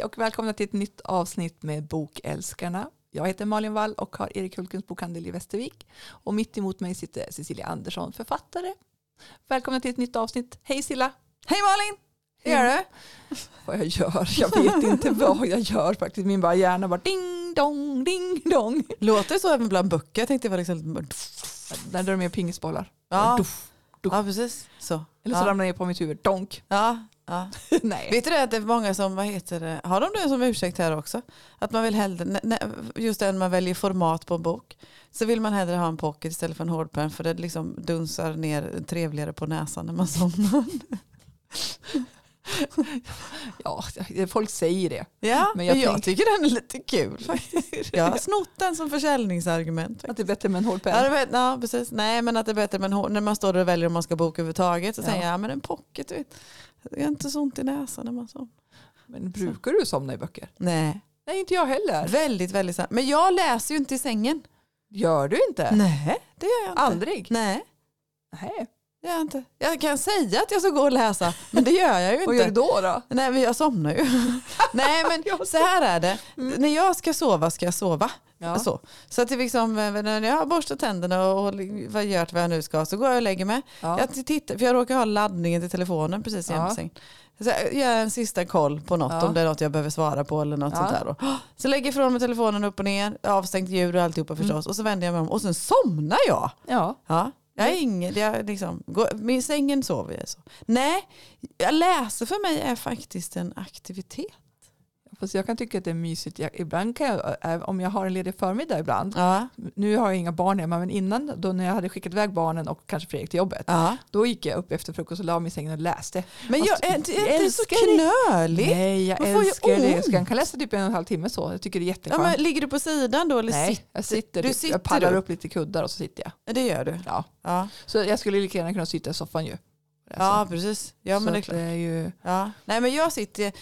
och välkomna till ett nytt avsnitt med Bokälskarna. Jag heter Malin Wall och har Erik Hultgrens bokhandel i Västervik. Och mitt emot mig sitter Cecilia Andersson, författare. Välkomna till ett nytt avsnitt. Hej Silla! Hej Malin! Hur gör du? Vad jag gör? Jag vet inte vad jag gör faktiskt. Min hjärna bara ding dong, ding dong. Låter det så även bland böcker? Jag tänkte det var liksom... Där drar de med pingisbollar. Ja. Duff, duff. Ja, precis. Så. Eller så ramlar ner på mitt huvud. Donk. Ja. Nej. Vet du det att det är många som, har de det som ursäkt här också? Att man vill hellre, just när man väljer format på en bok, så vill man hellre ha en pocket istället för en hårdpenn, för det liksom dunsar ner trevligare på näsan när man somnar. Ja, folk säger det. Ja, men jag tycker den är lite kul faktiskt. Jag har snott den som försäljningsargument. Faktiskt. Att det är bättre med en hårdpenn. Ja, precis. Nej, men att det är bättre med när man står och väljer om man ska boka överhuvudtaget, så säger jag, men en pocket, vet. Det är inte så ont i näsan när man somnar. Men brukar du somna i böcker? Nej. Nej, inte jag heller. Väldigt, väldigt sant. Men jag läser ju inte i sängen. Gör du inte? Nej, det gör jag inte. Aldrig? Nej. Nej. Det gör jag inte. Jag kan säga att jag ska gå och läsa, men det gör jag ju inte. Vad gör du då? Nej, men jag somnar ju. Nej, men så här är det. När jag ska sova. Ja. Så att det liksom, när jag har borstat tänderna och gjort vad jag nu ska, så går jag och lägger mig. Ja. Jag tittar, för jag råkar ha laddningen till telefonen precis jämte sängen. Så jag gör en sista koll på något, om det är något jag behöver svara på eller något sånt där. Då. Så lägger jag ifrån mig telefonen upp och ner, avstängt ljud och alltihopa förstås. Och så vänder jag mig om och sen somnar jag. Ja. Jag är ingen, min sängen sover jag så. Nej, jag läser för mig är faktiskt en aktivitet. Fast jag kan tycka att det är mysigt. Ibland kan jag, om jag har en ledig förmiddag ibland. Ja. Nu har jag inga barn hemma, men innan då när jag hade skickat iväg barnen och kanske Fredrik till jobbet. Ja. Då gick jag upp efter frukost och la mig i sängen och läste. Men jag är inte så knölig. Nej, jag älskar det. Jag kan läsa typ 1,5 timme så. Jag tycker det är jätteskönt. Ja, men ligger du på sidan då? Eller nej, jag sitter. Jag paddlar upp lite kuddar och så sitter jag. Det gör du? Ja. Så jag skulle lika gärna kunna sitta i soffan ju. Alltså. Ja, precis. Ja, men det är klart. Det är ju... Ja. Nej, men jag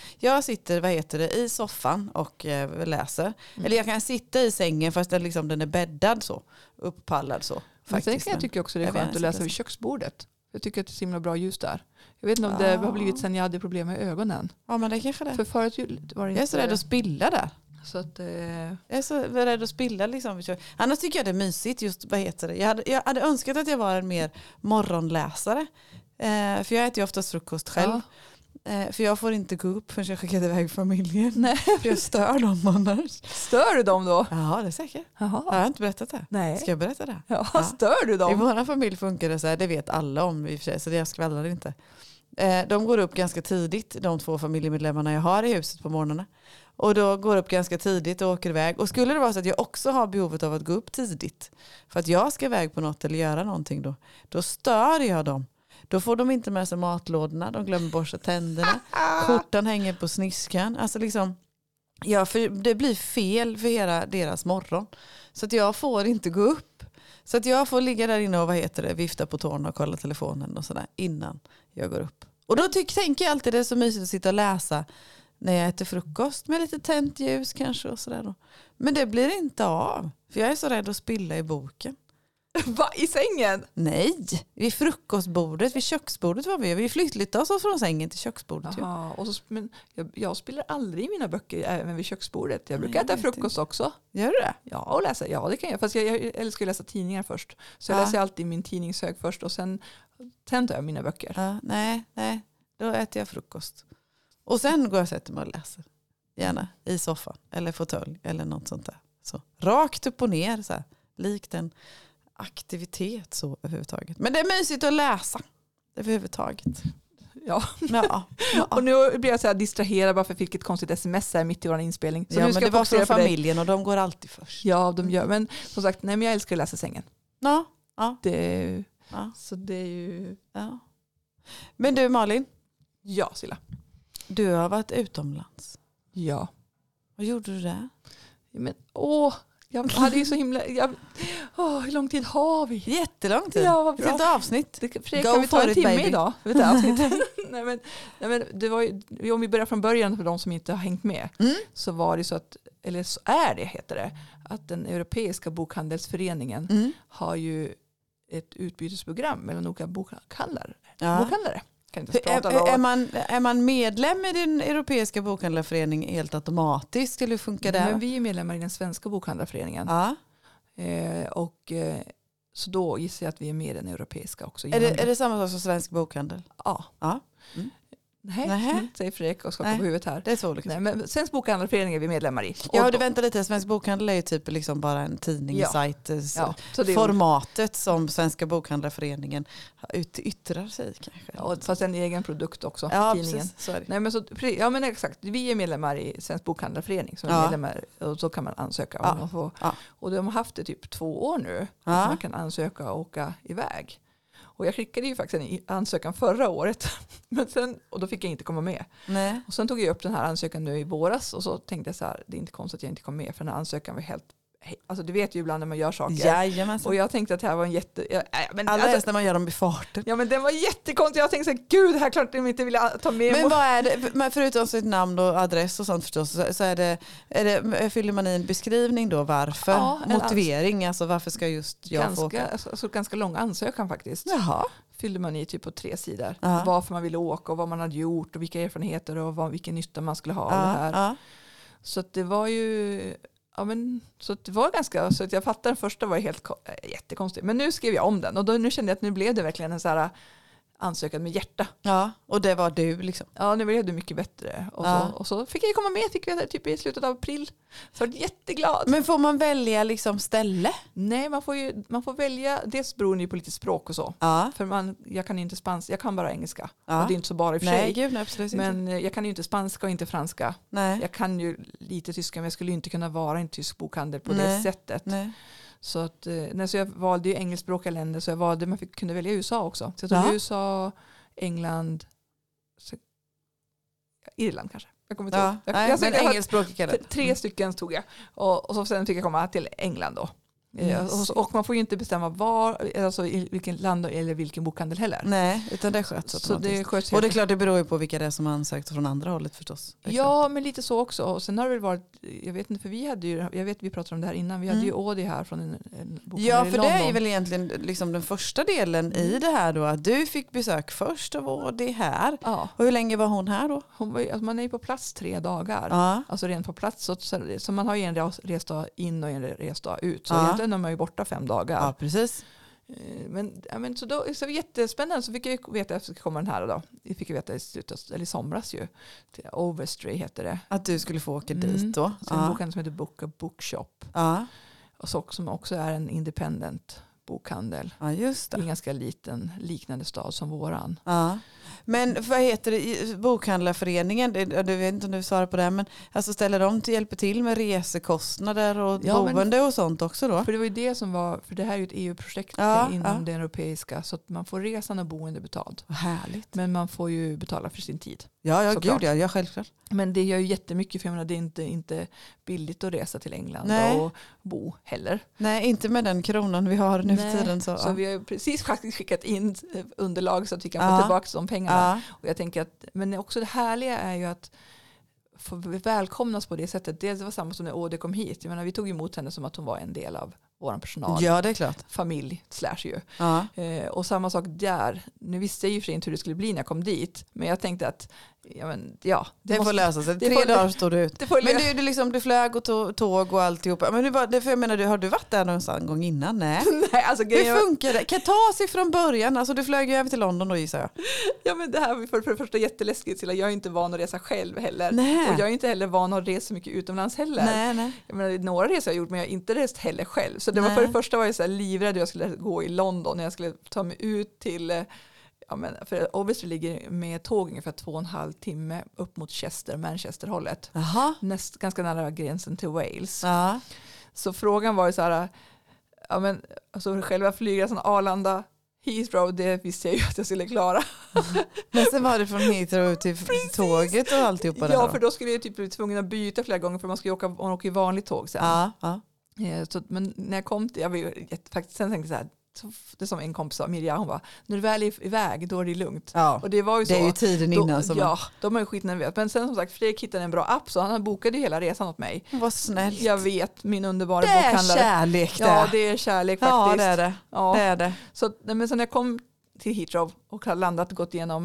sitter i soffan och läser. Eller jag kan sitta i sängen fast den är bäddad så. Upppallad så. Men sen kan jag tycka också det är skönt att läsa vid köksbordet. Jag tycker att det är så himla bra ljus där. Jag vet inte om det har blivit sen jag hade problem med ögonen. Ja, men det kanske det. För förut var det inte... Jag är så rädd att spilla där. Så att, jag är så rädd att spilla liksom. Annars tycker jag det är mysigt just, Jag hade önskat att jag var en mer morgonläsare. För jag äter ju oftast frukost själv. Ja. För jag får inte gå upp förrän jag skickat iväg familjen. Nej. För jag stör dem annars. Stör du dem då? Ja, det är säkert. Jaha. Jag har inte berättat det. Nej. Ska jag berätta det? Ja, stör du dem? I vår familj funkar det så här, det vet alla om i och för sig, så det jag skvallrar inte. De går upp ganska tidigt, de 2 familjemedlemmarna jag har i huset på morgnarna. Och då går upp ganska tidigt och åker iväg. Och skulle det vara så att jag också har behovet av att gå upp tidigt för att jag ska iväg på något eller göra någonting då stör jag dem. Då får de inte med sig matlådorna, de glömmer borsta tänderna, skjortan hänger på sniskan. Alltså liksom, för det blir fel för hela deras morgon. Så att jag får inte gå upp. Så att jag får ligga där inne och vifta på tårna och kolla telefonen och sådär innan jag går upp. Och då tänker jag alltid det är så mysigt att sitta och läsa när jag äter frukost med lite tänt ljus kanske och sådär då. Men det blir inte av. För jag är så rädd att spilla i boken. Va? I sängen? Nej, vid frukostbordet, vid köksbordet var vi. Vi flyttade oss från sängen till köksbordet. Jaha, och så, men jag spelar aldrig mina böcker även vid köksbordet. Jag brukar äta frukost också. Gör du det? Ja, och läsa. Ja, det kan jag. Fast jag älskar att läsa tidningar först. Så jag läser alltid min tidningshög först och sen tar jag mina böcker. Ja, nej. Då äter jag frukost. Och sen går jag och sätter mig och läser. Gärna i soffan eller fåtölj eller något sånt där. Så rakt upp och ner så här. Likt en aktivitet så överhuvudtaget. Men det är mysigt att läsa överhuvudtaget. Ja. Och nu blir jag så här distraherad bara för vilket konstigt sms är mitt i vår inspelning. Så ja, nu ska men det var för familjen och de går alltid först. Ja, de gör. Men som sagt, nej, men jag älskar att läsa sängen. Ja. Så det är ju... Ja. Men du Malin. Ja, Silla. Du har varit utomlands. Ja. Vad gjorde du där? Men jag hade ju så himla... hur lång tid har vi? Jättelång tid. Ja, vad bra. Ett avsnitt. Kan vi ta en timme idag? nej, men det var ju, om vi börjar från början för de som inte har hängt med. Så var det så att, eller så är det heter det, att den europeiska bokhandelsföreningen har ju ett utbytesprogram mellan olika bokhandlare. kan inte ens prata då. Är man medlem i den europeiska bokhandlarföreningen helt automatiskt? Eller hur funkar det? Men vi är medlemmar i den svenska bokhandlarföreningen. Ja. Så då gissar jag att vi är med i den europeiska också. Är det samma sak som svensk bokhandel? Ja. Ja. Mm. Nej, säger Fredrik och skakar på huvudet här. Det är så olika. Nej, men Svensk bokhandlarförening är vi medlemmar i. Ja, du väntar lite. Svensk bokhandel är ju typ liksom bara en tidningssajt. Formatet som Svenska bokhandlarföreningen yttrar sig kanske. Ja, fast en egen produkt också. Ja, tidningen. precis. Nej, men exakt. Vi är medlemmar i Svensk bokhandlarförening. Som är medlemmar, och så kan man ansöka. Och de har haft det typ 2 år nu. Att man kan ansöka och åka iväg. Och jag skickade ju faktiskt en ansökan förra året. Och då fick jag inte komma med. Nej. Och sen tog jag upp den här ansökan nu i våras. Och så tänkte jag så här, det är inte konstigt att jag inte kom med. För den här ansökan var helt... Alltså du vet ju ibland när man gör saker. Jajamensan. Och jag tänkte att det här var en Alldeles när man gör dem i farten. Ja, men den var jättekonstig. Jag tänkte så här, gud, det här klart de inte vill ta med. Men vad är det, men förutom sitt namn och adress och sånt förstås, så fyller man i en beskrivning då varför? Ja, motivering, alltså varför ska just jag få åka? Alltså ganska lång ansökan faktiskt. Jaha. Fyllde man i typ på 3 sidor. Varför man ville åka och vad man hade gjort och vilka erfarenheter och vilken nytta man skulle ha av det här. Så att det var ju... Ja, men, så det var ganska, så att jag fattar den första var helt jättekonstigt. Men nu skrev jag om den och nu kände jag att nu blev det verkligen en så här ansökan med hjärta. Ja, och det var du liksom. Ja, nu blev det mycket bättre. Och så fick jag komma med, fick vi typ i slutet av april. Så jag var jätteglad. Men får man välja liksom ställe? Nej, man får välja, dels beroende på lite språk och så. Ja. För jag kan inte spanska, jag kan bara engelska. Ja. Och det är inte så bara i och för sig. Gud, nej, absolut men inte. Jag kan ju inte spanska och inte franska. Nej. Jag kan ju lite tyska, men jag skulle ju inte kunna vara en tysk bokhandel på det sättet. Nej. Så jag valde ju engelskspråkiga länder, så jag valde, man kunde välja USA också. Så jag tog USA, England, Irland kanske. Jag kommer inte ihåg. Engelskspråkiga länder. 3 stycken tog jag. Och så sen fick jag komma till England då. Yes. Och man får ju inte bestämma var, alltså i vilken land eller vilken bokhandel heller. Nej, utan det sköts. Så det sköts. Och det är klart, det beror ju på vilka det är som har ansökt från andra hållet förstås. Ja, men lite så också. Och sen har det väl varit, jag vet inte, för vi pratade om det här innan. Vi hade ju Audi här från en bokhandel i London. Ja, för det är väl egentligen liksom den första delen i det här då. Att du fick besök först av Audi här. Ja. Och hur länge var hon här då? Man är ju på plats 3 dagar. Ja. Alltså rent på plats. Så man har ju en resdag in och en resdag ut. Så egentligen är man ju borta 5 dagar. Ja, precis. Men så då så jättespännande, så fick jag veta att jag skulle komma den här då. Vi fick veta i somras ju. Till Overstray heter det. Att du skulle få åka dit då. Så en bokhandel som heter Book a Bookshop. Ja. Och så, som också är en independent bokhandel. Ja, just det. I en ganska liten liknande stad som våran. Ja. Men vad heter det, bokhandlarföreningen, du vet inte om du svarar på det, men alltså ställer de hjälper till med resekostnader och boende och sånt också då? För det var ju det som var, för det här är ju ett EU-projekt inom den europeiska, så att man får resan och boende betalt. Härligt. Men man får ju betala för sin tid. Ja, gud, ja, självklart. Men det gör ju jättemycket, för jag menar, det är inte billigt att resa till England och bo heller. Nej, inte med den kronan vi har nu för tiden. Så vi har ju precis faktiskt skickat in underlag så att vi kan få tillbaka de pengarna. Ja. Och jag tänker att, men också det härliga är ju att få välkomnas på det sättet. Det var samma som när Åde kom hit. Jag menar, vi tog emot henne som att hon var en del av vår personal. Ja, det är klart. Familj / ju. Ja. Och samma sak där. Nu visste jag ju för inte hur det skulle bli när jag kom dit. Men jag tänkte att det får lösa sig. 3 dagar står du ut. Men du flög och tåg och alltihopa. Men har du varit där någonstans en gång innan? Nej. Nej, alltså, hur funkar det? Kan ta sig från början? Alltså du flög ju över till London då, gissar jag. Ja, men det här var för det första jätteläskigt. Jag är inte van att resa själv heller. Nej. Och jag är inte heller van att resa så mycket utomlands heller. Nej. Jag menar, några resor jag gjort, men jag har inte rest heller själv. Så det var för det första var jag så här livrädd att jag skulle gå i London när jag skulle ta mig ut till... för Overstray ligger med tåg ungefär 2,5 timme upp mot Manchester-hållet. Ganska nära gränsen till Wales. Aha. Så frågan var ju så här, alltså själva flygresan Arlanda, Heathrow, det visste jag ju att jag skulle klara. Men sen var det från Heathrow till tåget och alltihopa där. Ja, för då skulle jag typ bli tvungen att byta flera gånger, för man åker i vanligt tåg sen. Ja. Men när jag kom till, sen tänkte jag så här, det som en kompis sa, Mirja, hon var, när du väl är iväg då är det lugnt. Ja, och det var ju så. Det är ju tiden innan. Då var ju skitnervös. Men sen som sagt, Fredrik hittade en bra app, så han bokade hela resan åt mig. Vad snällt. Jag vet, min underbara Det bokhandlare. är kärlek det. Ja, det är kärlek faktiskt. Ja, det är det. Ja. Det är det. Så, men sen när jag kom till Heathrow och hade landat och gått igenom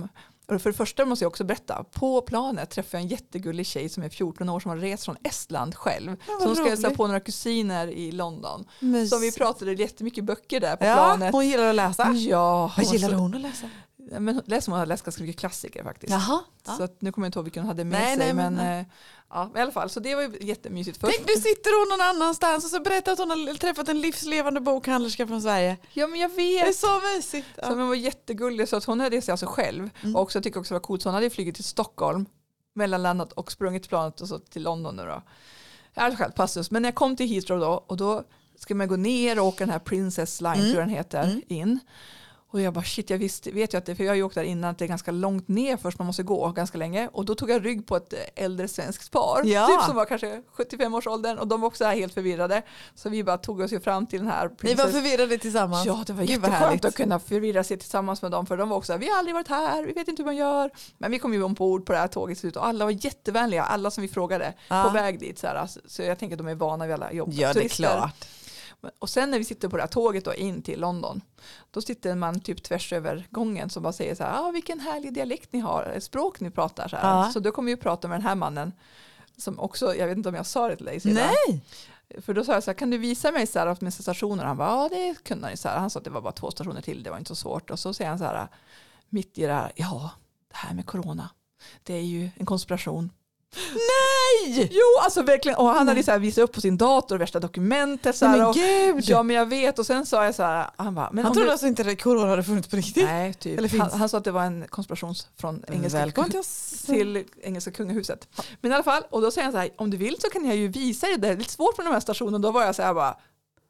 Och för det första måste jag också berätta, på planet träffade jag en jättegullig tjej som är 14 år som har rest från Estland själv. Som ska hälsa på några kusiner i London. Som vi pratade jättemycket böcker där på planet. Hon gillar att läsa. Ja, vad gillar hon att läsa? Men hon har läst ganska mycket klassiker faktiskt. Jaha. Så att, nu kommer jag inte ihåg vilken hon hade med sig. Men i alla fall, så det var ju jättemysigt. Tänk, du sitter hon någon annanstans och så berättar att hon har träffat en livslevande bokhandlerska från Sverige. Ja, men jag vet. Det är så mysigt. Ja. Så hon var jättegullig, så att hon hade rest alltså själv. Och jag tycker också det var coolt, så hon hade flugit till Stockholm, mellanlandat och sprungit till planet och så till London nu då. Jag hade själv passus. Men när jag kom till Heathrow då, och då ska man gå ner och åka den här Princess Line, tror jag den heter, in. Och jag bara shit, jag vet ju att det, för jag har ju åkt där innan, att det är ganska långt ner först, man måste gå ganska länge. Och då tog jag rygg på ett äldre svenskt par, typ som var kanske 75-årsåldern, och de var också helt förvirrade. Så vi bara tog oss ju fram till den här Ni var förvirrade tillsammans? Ja, det var jätteskönt att kunna förvirra sig tillsammans med dem, för de var också vi har aldrig varit här, vi vet inte hur man gör. Men vi kom ju ombord på det här tåget i slutet och alla var jättevänliga, alla som vi frågade på väg dit. Så jag tänker att de är vana vid alla jobb. Ja, det är klart. Och sen när vi sitter på det här tåget då in till London, då sitter man typ tvärs över gången som bara säger så här, vilken härlig dialekt ni har, ett språk ni pratar så här. Så då kommer vi att prata med den här mannen som också, jag vet inte om jag sa det till dig sedan. Nej! För då sa jag så här, kan du visa mig så här med stationer? Han bara, det kunde han ju så här. Han sa att det var bara 2 stationer till, det var inte så svårt. Och så säger han så här, mitt i det här, det här med corona, det är ju en konspiration. Nej! Jo, alltså verkligen. Och han hade så här visat upp på sin dator värsta dokumentet. Så här, men gud! Ja, men jag vet. Och sen sa jag så här, han trodde alltså inte att corona hade funnits på riktigt? Nej, typ. Han sa att det var en konspiration från till engelska kungahuset. Men i alla fall, och då säger han så här, om du vill så kan jag ju visa dig det. Det är lite svårt med de här stationerna. Då var jag så här bara,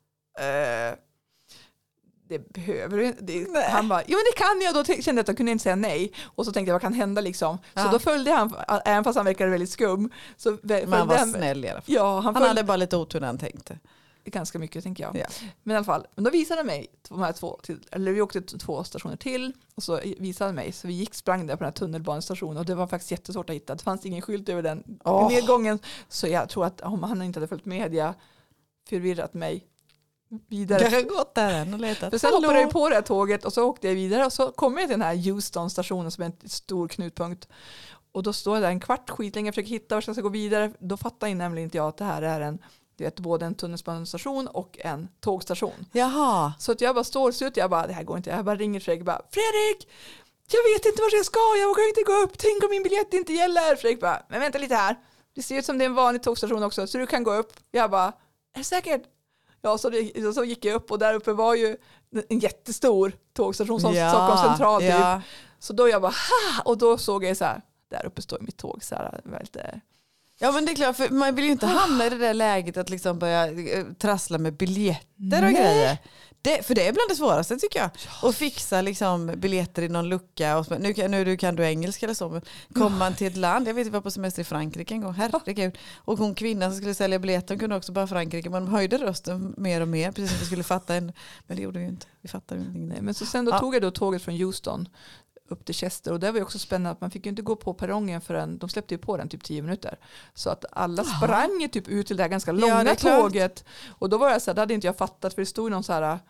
det behöver du inte. Han bara, jo men det kan jag. Då kände jag att jag kunde inte säga nej. Och så tänkte jag, vad kan hända liksom? Så då följde han, även fast han verkade väldigt skum. Så men han var snäll i alla fall. Ja, han hade bara lite otur när han tänkte. Ganska mycket tänker jag. Ja. Men i alla fall, men då visade han mig de här vi åkte 2 stationer till och så visade han mig. Så vi sprang där på den här tunnelbanestationen och det var faktiskt jättesvårt att hitta. Det fanns ingen skylt över den nedgången. Så jag tror att om han inte hade följt med hade jag förvirrat mig vidare. Jag har gått där och letat. För sen hoppade jag på det här tåget och så åkte jag vidare och så kom jag till den här Euston-stationen som är en stor knutpunkt. Och då står jag där en kvart skitlänge och försöker hitta var jag ska gå vidare. Då fattar jag nämligen inte jag att det här är både en tunnelbanestation och en tågstation. Jaha. Så att jag bara står och jag bara, det här går inte. Jag bara ringer Fredrik och bara, Fredrik! Jag vet inte var jag ska, jag vågar inte gå upp. Tänk om min biljett inte gäller. Fredrik bara, men vänta lite här. Det ser ut som det är en vanlig tågstation också, så du kan gå upp. Jag bara, är det säkert? Ja, så gick jag upp och där uppe var ju en jättestor tågstation som Stockholms central typ. Ja. Så då jag bara, och då såg jag så här, där uppe står mitt tåg så här, lite. Ja, men det är klart, för man vill ju inte hamna i det där läget att liksom börja trassla med biljetter och grejer. För det är bland det svåraste tycker jag. Och fixa liksom biljetter i någon lucka. Och nu kan du engelska eller så. Kommer man till ett land, jag vet att vi var på semester i Frankrike en gång, herregud. Och hon kvinnan som skulle sälja biljetten kunde också bara Frankrike. Man höjde rösten mer och mer, precis som vi skulle fatta men det gjorde vi ju inte. Vi fattade ingenting. Nej, men så sen då tog jag då tåget från Euston upp till Chester och det var ju också spännande att man fick ju inte gå på perrongen förrän de släppte ju på den typ 10 minuter. Så att alla sprang ju typ ut till det här ganska långa tåget. Och då var jag så här, det hade inte jag fattat för det stod någon så här,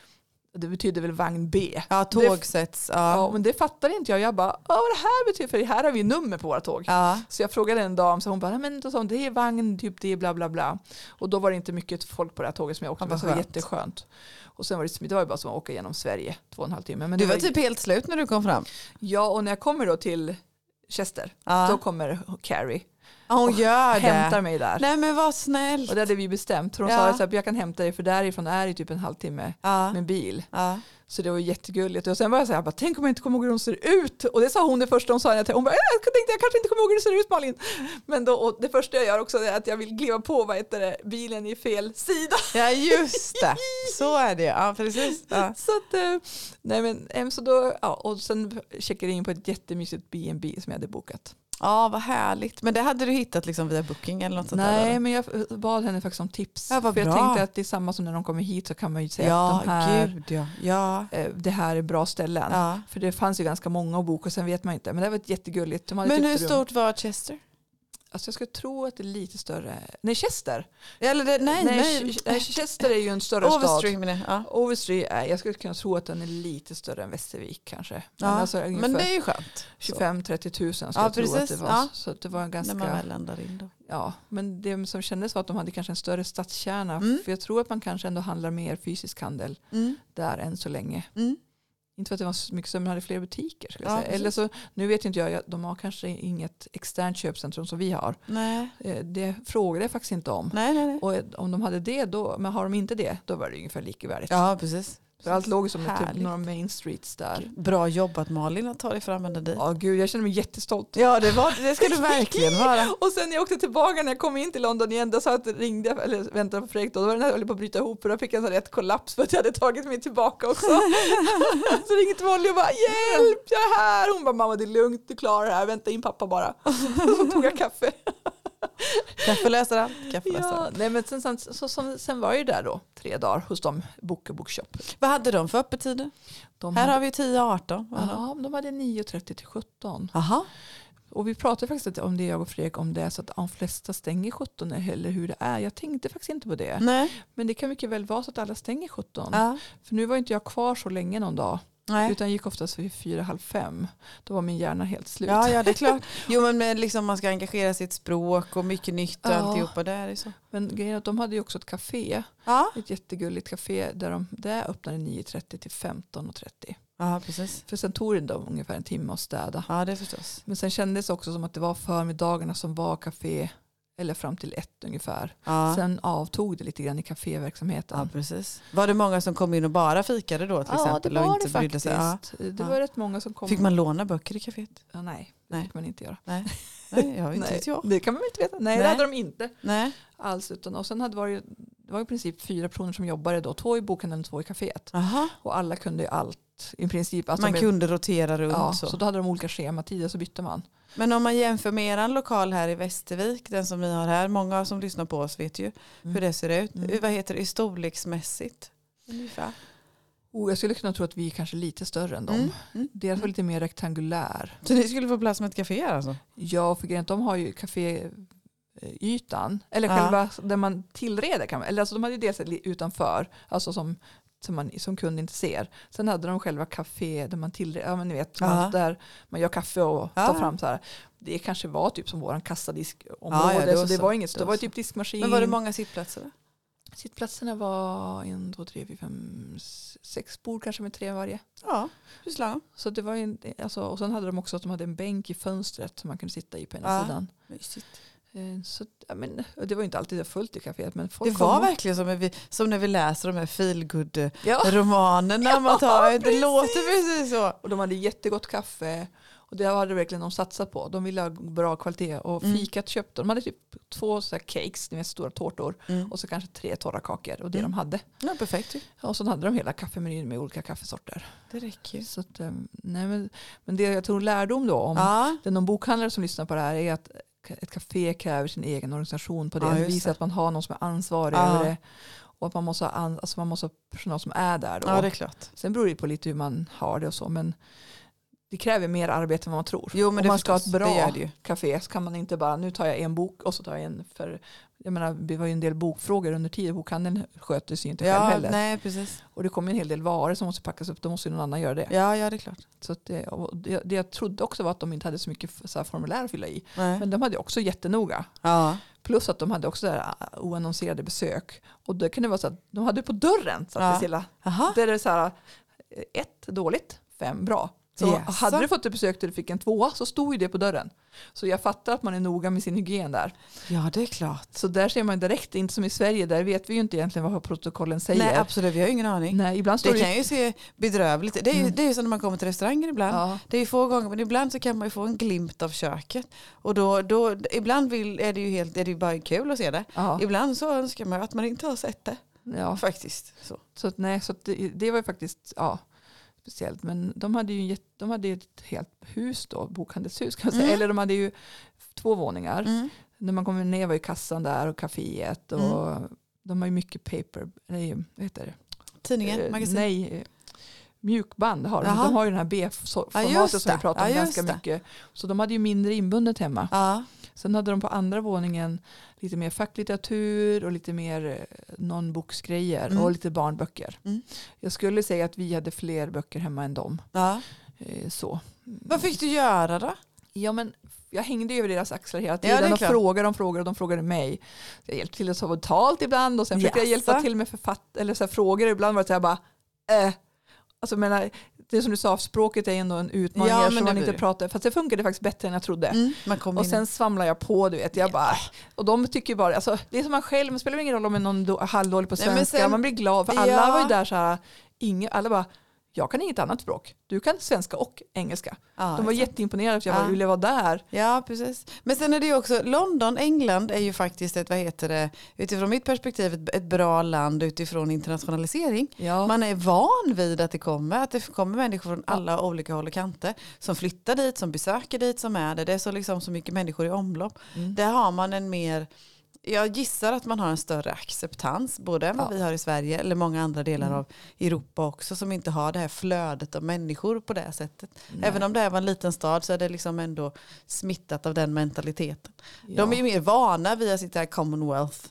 det betyder väl vagn B. Ja, tågsets. Ja, men det fattade inte jag. Jag bara, vad det här betyder, för här har vi nummer på våra tåg. Ja. Så jag frågade en dam, så hon bara, men då sa hon, det är vagn, typ det, bla bla bla. Och då var det inte mycket folk på det här tåget som jag åkte med, så det var jätteskönt. Och sen var det var bara som att åka genom Sverige 2,5 timmar. Men du var typ helt slut när du kom fram. Ja, och när jag kommer då till Chester, då kommer Carrie. Hon gör det. Hämtar mig där. Nej, men vad snällt. Och det hade vi bestämt. Hon sa att jag kan hämta dig för därifrån är det typ en halvtimme med bil. Så det var jättegulligt. Och sen var jag så här, tänk om jag inte kommer ihåg hur hon ser ut. Och det sa hon det första hon sa. Hon bara, jag tänkte jag kanske inte kommer ihåg hur det ser ut, Malin. Men då, och det första jag gör också är att jag vill kliva på bilen i fel sida. Ja, just det. Så är det. Ja, precis. Ja. Så att, nej men, så då, och sen checkade jag in på ett jättemysigt B&B som jag hade bokat. Ja, vad härligt. Men det hade du hittat liksom via booking eller något sånt? Nej, men jag bad henne faktiskt om tips. Ja, för jag tänkte att det är samma som när de kommer hit så kan man ju säga att de här, det här är bra ställen. Ja. För det fanns ju ganska många att boka och sen vet man inte. Men det var ett jättegulligt. Men hur stort var Chester? Alltså jag skulle tro att det är lite större. Nej, Chester. Eller det, nej. Chester är ju en större Overstream, stad. ja. Overstream, jag skulle kunna tro att den är lite större än Västervik kanske. Ja, alltså men det är ju skönt. 25-30 000 skulle jag tro att det var. Ja. Så att det var en ganska... När man väl landar in då. Ja, men det som kändes var att de hade kanske en större stadskärna. För jag tror att man kanske ändå handlar mer fysisk handel där än så länge. Inte för att det var så mycket som hade fler butiker. Skulle jag säga. Eller så, nu vet inte jag, de har kanske inget externt köpcentrum som vi har. Nej. Det frågade jag faktiskt inte om. Nej. Och om de hade det då, men har de inte det, då var det ungefär likvärdigt. Ja, precis. För allt låg som typ några main streets där. Bra jobbat Malin att ta dig fram ända dit. Ja, gud, jag känner mig jättestolt. Ja, det ska du verkligen vara. Och sen när jag åkte tillbaka, när jag kom in till London igen, då sa jag att ringde, eller väntade på Fredrik, då var den här höll på att bryta ihop och då fick jag en sån rätt kollaps för att jag hade tagit mig tillbaka också. Så ringde till Molly och bara, hjälp, jag är här. Hon bara, mamma det är lugnt, du klarar det här, vänta in pappa bara. Och så tog jag kaffe. Kaffelösaren. Ja, nej, men sen var jag ju där då 3 dagar hos dem, Bookshop. Vad hade de för öppettider? Här har vi 10-18. Ja, de hade 9:30 till 17. Aha. Och vi pratade faktiskt om det, jag och Fredrik, om det är så att de flesta stänger 17 eller hur det är. Jag tänkte faktiskt inte på det. Nej. Men det kan mycket väl vara så att alla stänger 17. Ja. För nu var inte jag kvar så länge någon dag. Nej. Utan gick oftast vid 4:30. Då var min hjärna helt slut. Ja, det är klart. Jo, men liksom man ska engagera sitt språk och mycket nytt och alltihopa där. Är så. Men grejen är att de hade ju också ett café. Ja. Ett jättegulligt café där öppnade 9:30 till 15:30. Ja, precis. För sen tog det då ungefär en timme att städa. Ja, det förstås. Men sen kändes det också som att det var förmiddagarna som var café. Eller fram till 1 ungefär. Ja. Sen avtog det lite grann i kaféverksamheten. Ja, precis. Var det många som kom in och bara fikade då till exempel? Ja, det var och inte det faktiskt. Ja. Det var rätt många som kom. Fick man låna böcker i kaféet? Ja, nej, det fick man inte göra. Nej, jag inte vet jag. Det kan man inte veta. Nej, det hade de inte. Nej. Alls. Och sen det var i princip 4 personer som jobbade då. 2 i bokhandeln och 2 i kaféet. Aha. Och alla kunde allt. I princip. Alltså man kunde rotera runt. Ja, så då hade de olika schematider så bytte man. Men om man jämför med er lokal här i Västervik, den som vi har här, många som lyssnar på oss vet ju hur det ser ut. Vad heter det storleksmässigt? Ungefär. Jag skulle kunna tro att vi är kanske lite större än dem. Deras var lite mer rektangulär. Så ni skulle få plats med ett café här alltså? Ja, för grejen, de har ju kaféytan. Eller själva där man tillreder. Eller alltså de hade ju dels utanför. Alltså som man som kund inte ser. Sen hade de själva kafé där man tillreder. Ja, men ni vet, där man gör kaffe och tar fram så här. Det kanske var typ som våran kassadiskområde. Så det var inget. Det var typ diskmaskin. Men var det många sittplatser? Sittplatserna var 1, 2, 3, 4, 5, 6 bord kanske med 3 varje. Ja, precis. Så det var och sen hade de också att de hade en bänk i fönstret som man kunde sitta i på ena sidan. Mysigt. Så, men, det var inte alltid fullt i kaféet. Men folk det var verkligen som när vi läser de här feelgood-romanerna. Det låter precis så. Och de hade jättegott kaffe. Och det hade verkligen de satsat på. De ville ha bra kvalitet. Och fikat köpte de. hade typ 2 så här cakes, med stora tårtor. Och så kanske 3 torra kakor. Och det de hade. Ja, perfekt. Och så hade de hela kaffemenyn med olika kaffesorter. Det räcker ju. Så att, nej, men det jag tror lärdom då om någon bokhandlare som lyssnar på det här är att ett café kräver sin egen organisation på det. Det visar att man har någon som är ansvarig över det. Och att man måste ha personal som är där då. Ja, det är klart. Sen beror det på lite hur man har det och så. Men det kräver mer arbete än vad man tror. Jo, men om man ska ha ett bra det café så kan man inte bara, nu tar jag en bok och så tar jag en för... Jag menar, det var ju en del bokfrågor under tiden. Bokhandeln sköter sig inte själv heller. Nej, precis. Och det kommer en hel del varor som måste packas upp. Då måste ju någon annan göra det. Ja, det är klart. Så att det jag trodde också var att de inte hade så mycket så här formulär att fylla i. Nej. Men de hade också jättenoga. Ja. Plus att de hade också där oannonserade besök. Och det kan det vara så att de hade på dörren. Så att det är det så här 1 dåligt, 5 bra. Så hade du fått ett besök där du fick en 2 så stod ju det på dörren. Så jag fattar att man är noga med sin hygien där. Ja, det är klart. Så där ser man direkt, inte som i Sverige, där vet vi ju inte egentligen vad protokollen säger. Nej, absolut, vi har ingen aning. Nej, ibland står det kan ju se bedrövligt. Det är ju som när man kommer till restauranger ibland. Ja. Det är ju få gånger, men ibland så kan man ju få en glimt av köket. Och då ibland är det ju bara kul att se det. Ja. Ibland så önskar man att man inte har sett det. Ja, faktiskt. Så det var ju faktiskt, speciellt. Men de hade ju ett helt hus då, bokhandelshus kan man säga. Eller de hade ju 2 våningar. När man kommer ner var ju kassan där och kaféet. Och de har ju mycket paper, nej, vad heter det? Tidningar, magasin? Nej, mjukband har de. De har ju den här B-formatet som vi pratar om ganska mycket. Så de hade ju mindre inbundet hemma. Sen hade de på andra våningen lite mer facklitteratur och lite mer non-boksgrejer och lite barnböcker. Jag skulle säga att vi hade fler böcker hemma än dem. Ja. Så. Vad fick du göra då? Ja, men jag hängde över deras axlar hela tiden och de frågade mig. Jag hjälpte till att ta betalt ibland och sen försökte jag hjälpa till med eller så här frågor. Ibland var det så här bara alltså menar, det som du sa, språket är ändå en utmaning som man inte pratar. Fast det funkade faktiskt bättre än jag trodde. Och sen svamlar jag på, du vet. Jag bara, och de tycker bara, alltså, det är som man själv, men spelar ingen roll om man är någon halvdålig på svenska. Man blir glad, för alla var ju där så här, alla bara, jag kan inget annat språk. Du kan svenska och engelska. De var jätteimponerade att jag ville vara där. Ja, precis. Men sen är det ju också, London, England är ju faktiskt utifrån mitt perspektiv ett bra land utifrån internationalisering. Ja. Man är van vid att det kommer människor från alla olika håll och kanter som flyttar dit, som besöker dit, som är det. Det är så liksom så mycket människor i omlopp. Där har man en mer... Jag gissar att man har en större acceptans både än vad vi har i Sverige eller många andra delar av Europa också som inte har det här flödet av människor på det sättet. Nej. Även om det var en liten stad så är det liksom ändå smittat av den mentaliteten. Ja. De är ju mer vana via sitt här Commonwealth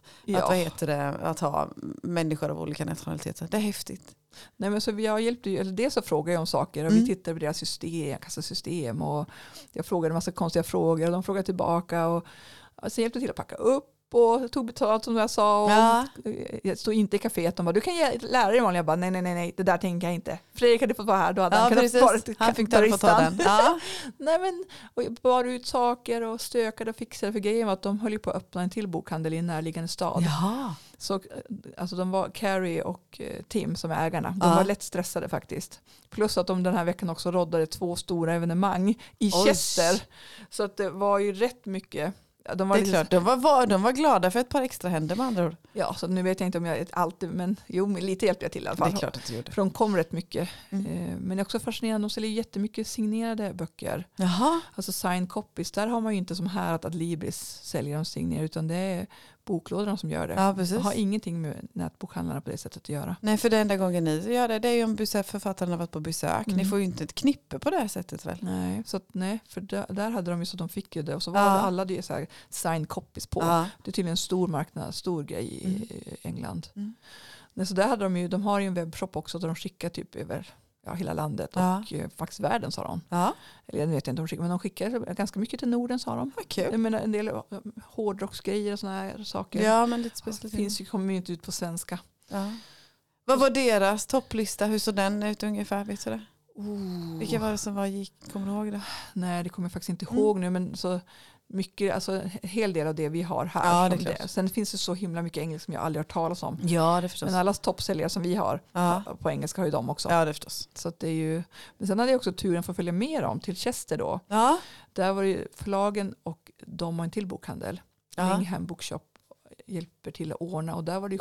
att ha människor av olika nationaliteter. Det är häftigt. Nej, men så jag hjälpte ju, eller dels så frågade jag om saker och vi tittade på deras kassasystem och jag frågade en massa konstiga frågor och de frågade tillbaka och sen hjälpte till att packa upp och tog betalt som jag sa och jag stod inte i kaféet och bara, du kan lära dig Malin. Jag bara, nej, det där tänker jag inte. Fredrik hade fått vara här, då hade han kunnat vara han fick ta den. Ja. Nej, men och jag bar ut saker och stökade och fixade, för grejen var att de höll ju på att öppna en till bokhandel i en närliggande stad. Ja. Så alltså de var Carrie och Tim som är ägarna. De var lätt stressade faktiskt. Plus att de den här veckan också roddade 2 stora evenemang i Chester. Så att det var ju rätt mycket. De var klart, de var glada för ett par extra händer med andra ord. Ja, så nu vet jag inte om jag alltid, men lite hjälpte jag till i alla fall. Det är klart att du gjorde. För de kom rätt mycket. Men det är också fascinerande, de säljer jättemycket signerade böcker. Jaha. Alltså signed copies, där har man ju inte som här att Libris säljer de signerade, utan det är boklådorna som gör det. Ja, precis. Det har ingenting med nätbokhandlarna på det sättet att göra. Nej, för den enda gången ni gör det är ju om författaren har varit på besök. Ni får ju inte ett knippe på det här sättet väl? Nej, för där hade de ju så att de fick ju det. Och så var alla det så här signed copies på. Det är tydligen en stor marknad, stor grej i England. Nej, så där hade de har ju en webbshop också där de skickar typ över hela landet och faktiskt världen, sa de. Ja. Eller jag vet inte om de skickar, men de skickar ganska mycket till Norden, sa de. Okay. Jag menar en del hårdrocksgrejer och såna här saker. Ja, men lite speciellt. Kommer ju inte ut på svenska. Ja. Vad var deras topplista? Hur såg den ut ungefär? Vet du det? Vilka var det som kommer du ihåg det? Nej, det kommer jag faktiskt inte ihåg nu, men så mycket, alltså en hel del av det vi har här. Ja, det är klart. Sen finns det så himla mycket engelska som jag aldrig har talat om. Ja, det förstås. Men alla toppsäljare som vi har på engelska har ju de också. Ja, det förstås. Så att det är ju, men sen hade jag också turen för att följa med dem till Chester då. Ja. Där var det förlagen och de har en till bokhandel. Ringham Bookshop hjälper till att ordna, och där var det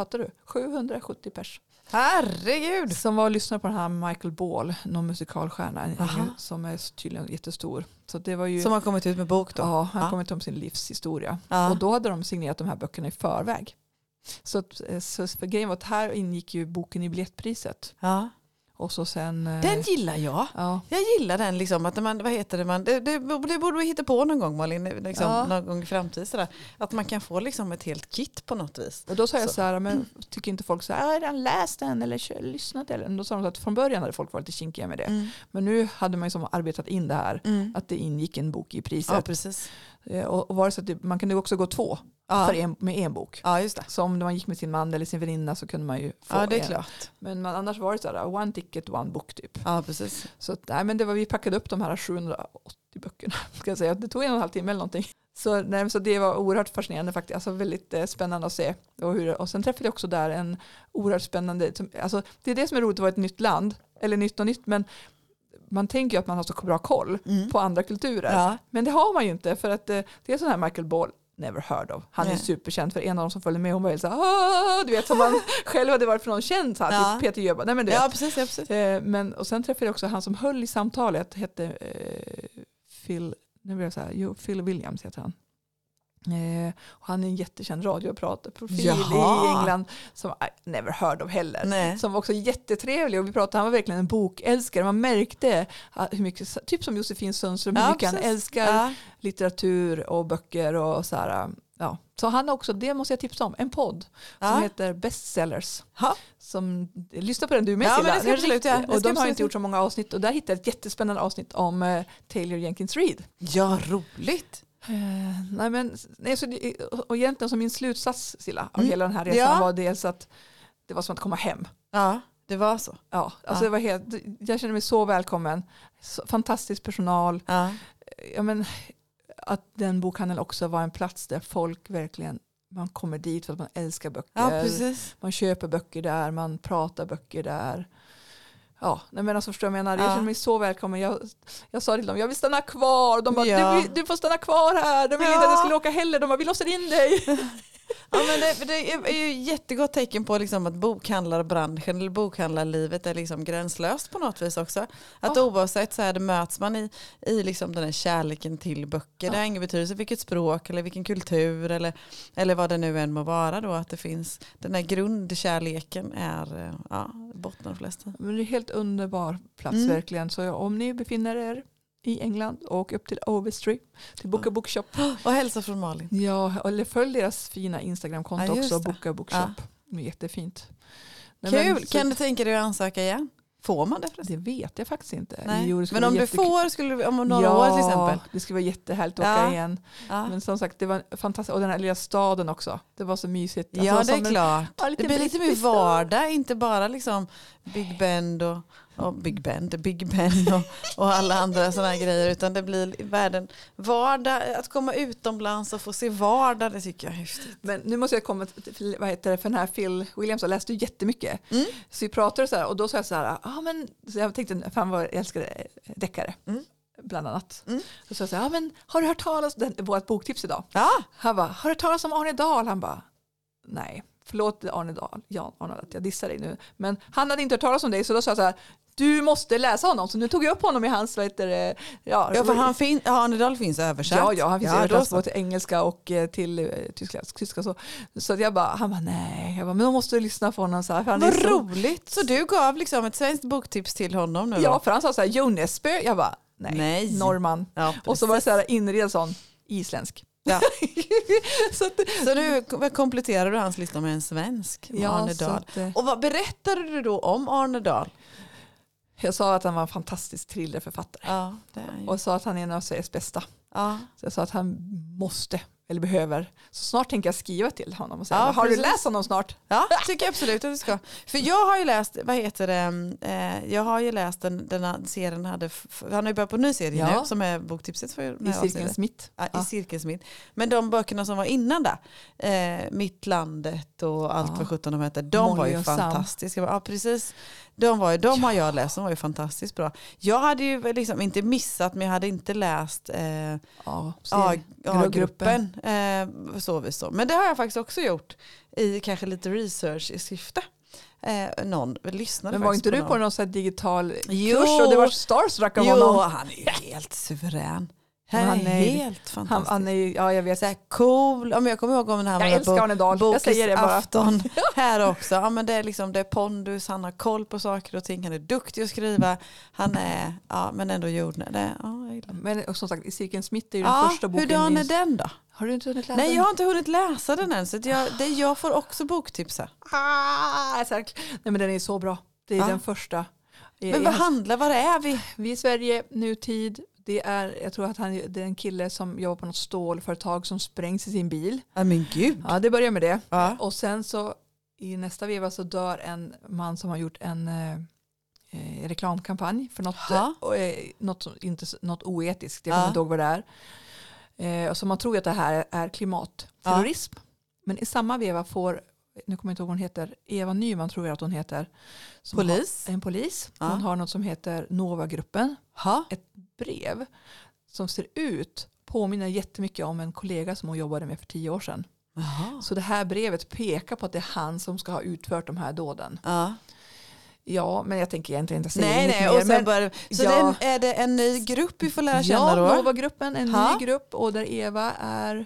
770 pers. Herregud! Som var och lyssnade på den här Michael Ball, någon musikalstjärna som är tydligen jättestor. Så det var ju, som har kommit ut med bok då? Ja, han har kommit om sin livshistoria. Och då hade de signerat de här böckerna i förväg. Så för grejen var att här ingick ju boken i biljettpriset. Ja. Och så sen, den gillar jag. Ja. Jag gillar den liksom, att man, det borde vi hitta på någon gång, Malin, liksom, någon gång i framtiden sådär, att man kan få liksom ett helt kit på något vis. Och då sa jag så här, men tycker inte folk så här, jag har redan läst den eller lyssnat till den. Då sa de att från början hade folk varit lite kinkiga med det. Men nu hade man ju som arbetat in det här, att det ingick en bok i priset. Ja, precis. Och var det så att man kunde också gå 2 med en bok. Ja, just det. Så om man gick med sin man eller sin väninna så kunde man ju få det är klart. Men annars var det så här, one ticket, one book typ. Ja, precis. Så men vi packade upp de här 780 böckerna. Ska jag säga. Det tog 1,5 timme eller någonting. Så det var oerhört fascinerande faktiskt. Alltså väldigt spännande att se. Och sen träffade jag också där en oerhört spännande, alltså det är det som är roligt att vara ett nytt land. Eller nytt, men man tänker ju att man har så bra koll på andra kulturer. Ja. Men det har man ju inte, för att det är sån här Michael Ball, never heard of. Han är superkänd, för en av dem som följde med, hon var helt så här, du vet, som man själv hade varit för någon känd så här, typ Peter Jöback. Nej, men ja, precis. Och sen träffade jag också han som höll i samtalet, hette Phil Williams heter han. Och han är en jättekänd radiopratarprofil i Jaha. England som I never heard of heller. Nej. Som var också jättetrevlig och vi pratade, han var verkligen en bokälskare. Man märkte hur mycket, typ som Josefin Sundström, hur mycket han älskar litteratur och böcker och så här. Ja. Så han har också, det måste jag tipsa om, en podd som heter Bestsellers. Som, lyssna på den du med Silla. Men det ska absolut, ja. Och de har inte gjort så många avsnitt och där hittade jag ett jättespännande avsnitt om Taylor Jenkins Reid. Ja, roligt. Och egentligen som min slutsats Silla av hela den här resan var dels att det var som att komma hem. Ja, det var så. Ja, alltså det var jag kände mig så välkommen. Fantastisk personal. Ja. Ja, men, att den bokhandeln också var en plats där folk verkligen, man kommer dit för att man älskar böcker. Ja, precis. Man köper böcker där, man pratar böcker där. Ja, men alltså förstår jag menar, jag känner mig så välkommen. Jag sa till dem, jag vill stanna kvar. De bara, du får stanna kvar här. De vill inte att jag skulle åka heller. De bara, vi låser in dig. Ja, men det är ju jättegott tecken på liksom att bokhandlarbranschen eller bokhandlarlivet är liksom gränslöst på något vis också. Att oavsett så här, det möts man i liksom den här kärleken till böcker. Det har ingen betydelse vilket språk eller vilken kultur eller vad det nu än må vara då. Att det finns, den här grundkärleken är botten av flesta. Men det är helt underbar plats verkligen. Så om ni befinner er i England och upp till Overstreet till Book a Bookshop. Och hälsa från Malin. Ja, eller följ deras fina Instagram-konto också, Book a Bookshop. Det är jättefint. Kul, kan du tänka dig att ansöka igen? Får man det förresten? Det vet jag faktiskt inte. Men om du får, skulle du, om några år till exempel? Det skulle vara jättehärligt att åka igen. Ja. Men som sagt, det var fantastiskt. Och den här lilla staden också. Det var så mysigt. Ja, alltså, det är klart. Det blir lite mer vardag, inte bara liksom Big Ben och alla andra sådana här grejer, utan det blir världen vardag, att komma utomlands och få se vardag, det tycker jag är häftigt. Men nu måste jag komma till, för den här Phil Williams, jag läste ju jättemycket. Så vi pratade så här, och då sa jag så här, men så jag tänkte, fan vad jag älskar deckare. Bland annat. Så sa jag så här, men har du hört talas om vårt boktips idag? Ja. Han bara, har du hört talas om Arne Dahl? Han bara, nej. Förlåt Arne Dahl, Arne, att jag dissar dig nu. Men han hade inte hört talas om dig, så då sa jag så här, du måste läsa honom. Så nu tog jag upp honom i hans, för för Arne Dahl finns översatt. Ja, han finns översatt både till engelska och till tyska. Så att han bara, nej. Jag bara, men då måste du lyssna på honom. Så här, för vad roligt. Så du gav liksom ett svenskt boktips till honom nu då? Ja, för han sa så här, Jo Nesbø. Jag bara, nej. Norrman. Ja, och så var det så här, Inredsson, isländsk. Ja. så nu kompletterar du hans lista med en svensk, Arne Dahl. Och vad berättade du då om Arne Dahl? Jag sa att han var en fantastisk thrillerförfattare. Ja, det är ju. Och sa att han är en av Sveriges bästa. Ja. Så jag sa att han måste, eller behöver. Så snart tänker jag skriva till honom och säga, har du läst honom snart? Ja, tycker jag absolut att du ska. För jag har ju läst, jag har ju läst den serien, han har ju börjat på en ny serie nu, som är boktipset för I Cirkeln Smith. I Cirkeln Smith. Men de böckerna som var innan där, Mittlandet och allt vad 17 de heter, de var ju fantastiska. Ja, precis. De har jag läst, de var ju fantastiskt bra. Jag hade ju liksom inte missat, men jag hade inte läst A-gruppen. Så. Men det har jag faktiskt också gjort i kanske lite research i syfte. Någon lyssnade. Men var inte du på någon sån här digital kurs och det var starstruck av honom? Jo, han är ju helt suverän. Han är helt fantastisk. Jag vet. Så här cool. Jag kommer ihåg om den här. Jag älskar Arne Dahl. Jag säger det bara. Afton här också. Ja, men det är liksom, det är pondus. Han har koll på saker och ting. Han är duktig att skriva. Han är, men ändå jordnära. Men som sagt, i Cirkeln Smith är ju den första boken. Hur är den då? Har du inte hunnit läsa den? Nej, jag har inte hunnit läsa den än. Så jag får också boktipsa. Nej, men den är så bra. Det är den första. Men var är vi? Vi är i Sverige, nutid. Jag tror att det är en kille som jobbar på något stålföretag som sprängs i sin bil. Ja, men gud. Ja, det börjar med det. Ja. Och sen så i nästa veva så dör en man som har gjort en reklamkampanj för något oetiskt. Jag kommer inte ihåg vad det är. Så man tror att det här är klimatterrorism. Men i samma veva får, nu kommer jag inte ihåg vad hon heter, Eva Nyman tror jag att hon heter. En polis. Hon har något som heter Nova-gruppen. Ett brev som ser ut, påminner jättemycket om en kollega som hon jobbade med för 10 år sedan. Så det här brevet pekar på att det är han som ska ha utfört de här dåden. Ja, men jag tänker egentligen inte säga mer. Är det en ny grupp vi får lära känna då? Ja, Nova-gruppen, en ny grupp. Och där Eva är,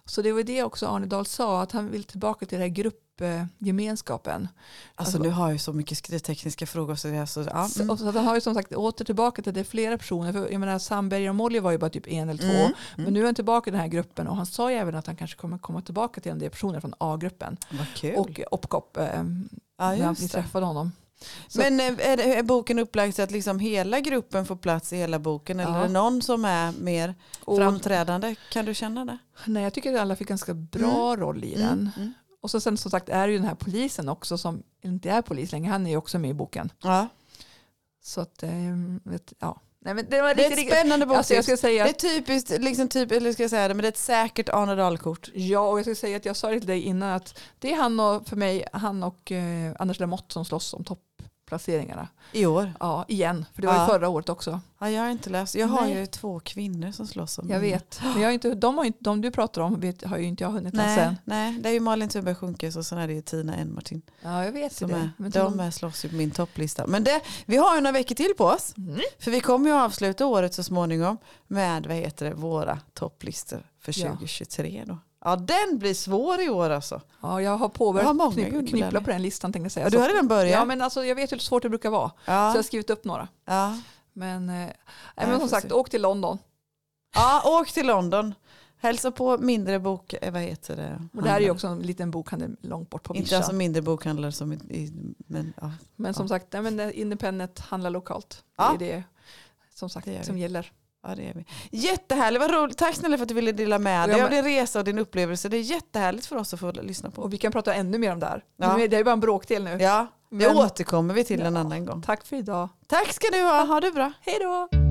Så det var det också Arne Dahl sa, att han vill tillbaka till den här gruppgemenskapen. Alltså nu har jag ju så mycket skrivtekniska frågor. Så det är så, ja. Och så att han har ju som sagt åter tillbaka till det flera personer. För jag menar, Sandberg och Molly var ju bara typ 1 eller 2. Men nu är han tillbaka i den här gruppen. Och han sa ju även att han kanske kommer komma tillbaka till en del personer från A-gruppen. Vad kul. Och Opcop när vi träffade honom. Så. Men är boken upplagd så att liksom hela gruppen får plats i hela boken? Eller är det någon som är mer framträdande? Kan du känna det? Nej, jag tycker att alla fick ganska bra roll i den. Och så sen som sagt är det ju den här polisen också som inte är polis längre. Han är ju också med i boken. Ja. Så att, ja. Nej, men det var det är ett spännande bok. Alltså jag ska säga det är typiskt, liksom eller ska jag säga det, men det är ett säkert Arne Dahl-kort. Ja, och jag ska säga att jag sa det till dig innan att det är han och Anders Lamotte som slåss om topplaceringarna. I år? Ja, igen. För det var ju förra året också. Ja, jag har inte läst. Jag har ju 2 kvinnor som slåss om. Jag vet. Men jag har inte, de du pratar om har ju inte jag hunnit läsa än. Nej, det är ju Malin Thunberg Sjunkes och sen är det ju Tina Enmartin. Ja, jag vet det. Men de slåss ju på min topplista. Men vi har ju några veckor till på oss. För vi kommer ju att avsluta året så småningom med våra topplistor för 2023 då. Ja, den blir svår i år alltså. Ja, jag har påbörjat knyppla på den listan tänkte jag säga. Ja, du har redan börjat? Ja, men alltså, jag vet hur svårt det brukar vara. Ja. Så jag har skrivit upp några. Ja. Men som sagt, åk till London. Ja, åk till London. Hälsa på mindre bok, Och det här är ju också en liten bokhandel långt bort på Vischa. Inte alltså mindre bokhandlar som men som sagt, Independent handlar lokalt. Ja. Det är det som sagt som gäller. Ja, det är vi. Jättehärligt, vad roligt. Tack snälla för att du ville dela med dig av din resa och din upplevelse. Det är jättehärligt för oss att få lyssna på. Och vi kan prata ännu mer om det här. Ja. Det är bara en bråkdel nu. Ja, det återkommer vi till en annan gång. Tack för idag. Tack ska du ha det bra. Hej då!